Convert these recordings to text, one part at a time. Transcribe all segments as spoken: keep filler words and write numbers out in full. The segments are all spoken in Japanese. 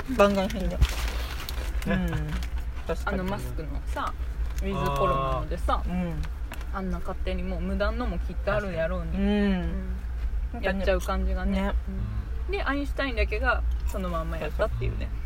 番外編でうん確かにあのマスクのさウィズコロナのでさうんあんな勝手にもう無断のもきっとあるんやろうに、 うんうん、やっちゃう感じがね、 ねうん、でアインシュタインだけがそのまんまやったっていうね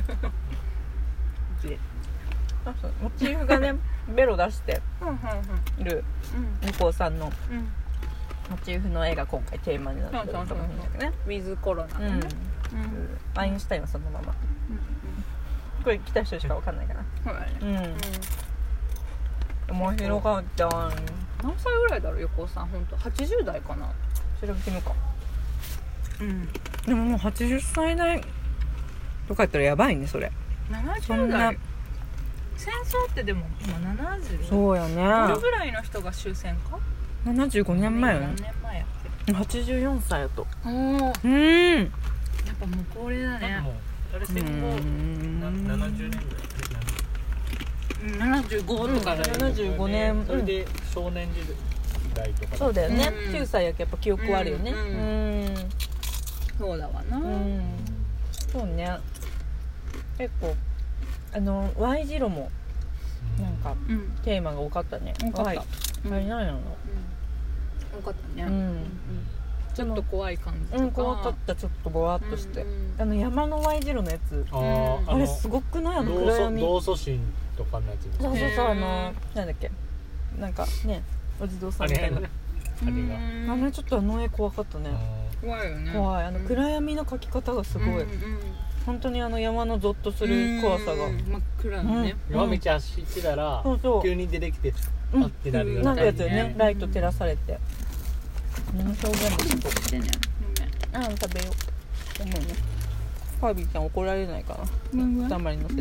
でモチーフがねベロ出してうんうんるうん向こうさんのうんモチーフの絵が今回テーマになってるそうそうそう作品だけどねウィズコロナうんのね、うんうんアインシュタインはそのままうんこれ来た人しかわかんないかなそうだね、 うん面白かった何歳ぐらいだろう横尾さん本当はちじゅう代かな調べてみるかうんでももうはちじゅっさい代とかやったらやばいねそれななじゅそんなう代戦争ってでも今ななじゅうそうやどれねぐらいの人が終戦かななじゅうごねんまえよね何年前やっけはちじゅうよんさいやとおおうんやっぱもう高齢だねなんかもうあれ戦後ななじゅうねんぐらいうんななじゅうごとかうんだよななじゅうごねんそれで少年時代とかそうだよね、 うんきゅうさいやけやっぱ記憶あるよねうんうんそうだわな、 うんそうね結構あの Y 字路もなんかうんテーマが多かったね多かった Y うんあれなんやろうん多かったね、 うんちょっと怖い感じとか、 うん怖かったちょっとぼわっとして、 うんうんあの山の Y 字路のやつあーあれすごくないあの暗闇同祖神とかのやつですそうねそうそうへーあのなんだっけなんかねお地蔵さんみたいなあれあれがうんあれちょっとあの絵怖かったね怖いよね怖いあのうん暗闇の描き方がすごい、 うんうん本当にあの山のゾッとする怖さがうん真っ暗のね、 うん山道走ってたらそうそう急に出てきてうんあってなるようななんかやつよねねライト照らされてあの表現もすごいしてねああ食べようごめんねカービィちゃん怒られないかごめんな塊乗せて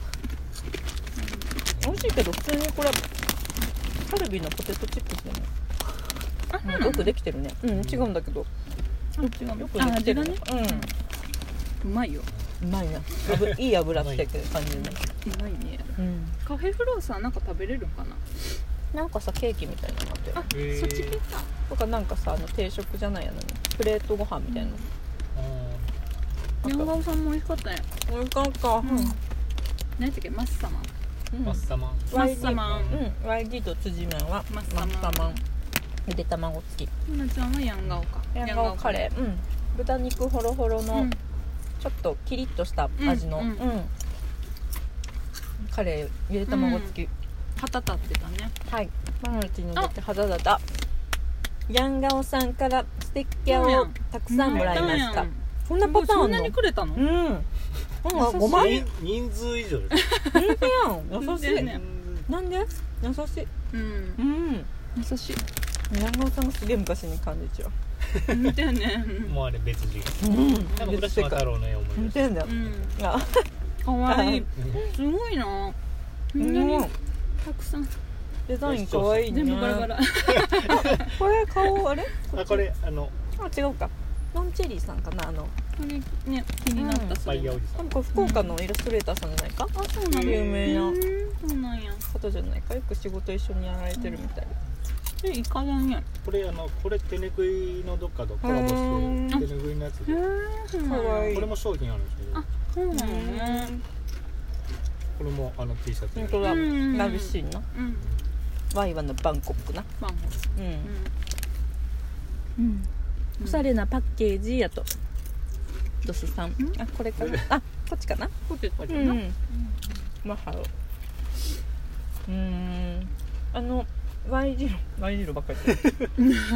美味しいけど普通にこれカルビーのポテトチップスでもうんよくできてるねうん違うんだけどあ違うよくできてるねうまいようんうまいな油いい油って感じねうまいねうんカフェフローさんなんか食べれるんかななんかさケーキみたいなのあってあ、 へーそっちピザとかなんかさあの定食じゃないやのにプレートご飯みたいなのヤンガオさんも美味しかったね美味しかったうん何やったっけマッサマンうんマッサマンマッサマンうん ワイディー と辻麺はマッサマンマッサマンゆで卵付きひなちゃんはヤンガオかヤンガオカレーうん豚肉ホロホロのうんちょっとキリッとした味のううんんカレーゆで卵付き旗立ってたねはいマルチに入れて肌だだヤンガオさんからステッキャーをたくさんもらいましたこんなパターンあそんなんのにくれたのうんうんごまい人人数以上です本当やん優しい全然ねなんで優しいうんうん優しいヤンガオさんがすげえ昔に感じちゃう見てねもうあれ別次元うんなんか浦島太郎の絵思い出し見てんだようんあかわいいたすごいなこんうなにんたくさんデザインかわいいね全部バラバラこれ顔あれあこれあのあ違うかノンチェリーさんかなあのこれね気になったスパイヤーおじさん多分これ福岡のイラストレーターさんじゃないか、 あそうなの有名なうんそうなんや方じゃないかよく仕事一緒にやられてるみたいえイカだねこれあのこれ手ぬぐいのどっかとコラボしてうん手ぬぐいのやつでへえそうなんやかわいいこれも商品あるんですけどあそうなのねこれもあの T シャツ本当だうんラブシーンなうんワイワのバンコクなマンゴうん、 ーうんおしゃれなパッケージやとドスさんあこれかなあこっちかなポテトうかな、 んマハロうーんあの Y 字路 Y 字路ばっかり言ってる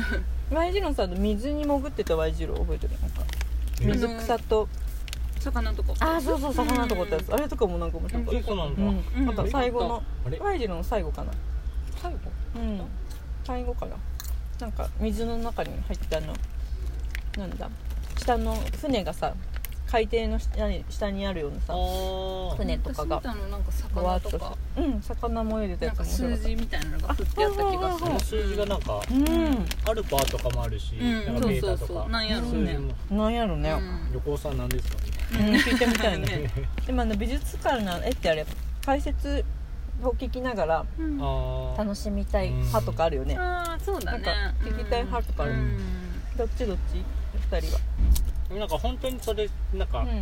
Y 字路さんの水に潜ってた Y 字路覚えてるなんか水草と魚とかああそうそう魚のとこってやつあれとかもなんか面白かったえそうなんだ、 うんうんまた最後のあれ Y 字路の最後かな最後うん最後かななんか水の中に入ったあのなんだ下の船がさ海底の下に下にあるようなさあ船とかが私見たのなんかぼわっと魚とかうん魚も入れたなんかやつも面白かった数字みたいなのが振ってあった気がするこの数字がなんかうんアルファとかもあるし、 うんなんかベータとかそうそうそうなんやろうね数字もなんやろね、 旅行さんなんですかうん、聞いてみたいねねでもあの美術館の絵ってあれ解説を聞きながらうんあ楽しみたい派とかあるよね、 ああそうだねなんか聞きたい派とかあるうんどっちどっちふたりはあなんか本当にそれなんかうん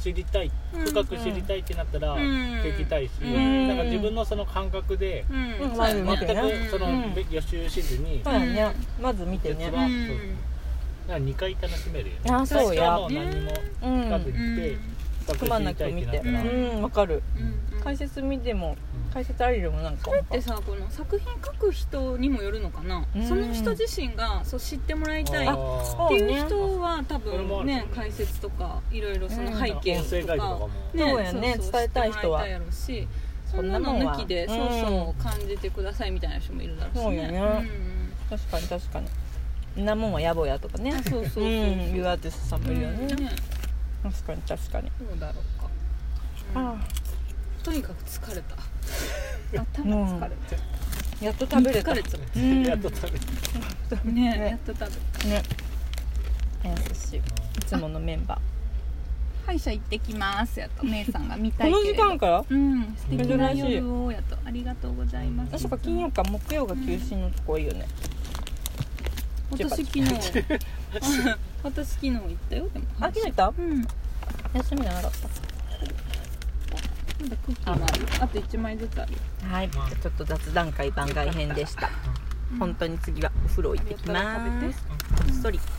知りたい、 うん深く知りたいってなったらうん聞きたいし、 うんなんか自分のその感覚でうんうんそうやね全くそのうん予習しずに、 そうやね、まず見てね。 実はそうなんかにかい楽しめるよね。 あそうや最初はもう何もうん深く言って、深くくまな知りたいっく見て、 てなったら、 うん、わかる。 うん解説見ても解説ありでもなんかそれってさ、この作品書く人にもよるのかな、 うんその人自身がそう知ってもらいたいっあーていう人は多それもあ分ねるかもね解説とかいろいろその背景音声とかガイドとかもそうやねそうそう伝えたい人は知ってもらいたいやろうし、そそんなんなのもんは抜きで、 うんそうそう感じてくださいみたいな人もいるだろうしね。 そうよね確かに確かに。んなもんは野暮やとかね。 うん、あそうそうそうそう、 うん、いうアーティストさんもいるよね。 うんね確かに確かに。 どうだろうか、うんあとにかく疲れた頭疲れた、 あ、やっと食べれた。 疲れちゃっうんやっと食べた。 たねねやっと食べた。 ね。優しい。いつものメンバ歯医者行ってきますやと姉さんが見ー。この時たいけれど間から？ うん素敵な珍しい夜をやとありがとうございます。 確か金曜か木曜が休止のとこ多いよね。 私昨日私昨日行ったよでもあ、昨日行った？ うんま休みじゃなかった。 だクッキーもあるよあといちまいずつあるよ。 はい、じゃあちょっと雑談会番外編でした。本当に次はお風呂行ってきます。こっそり。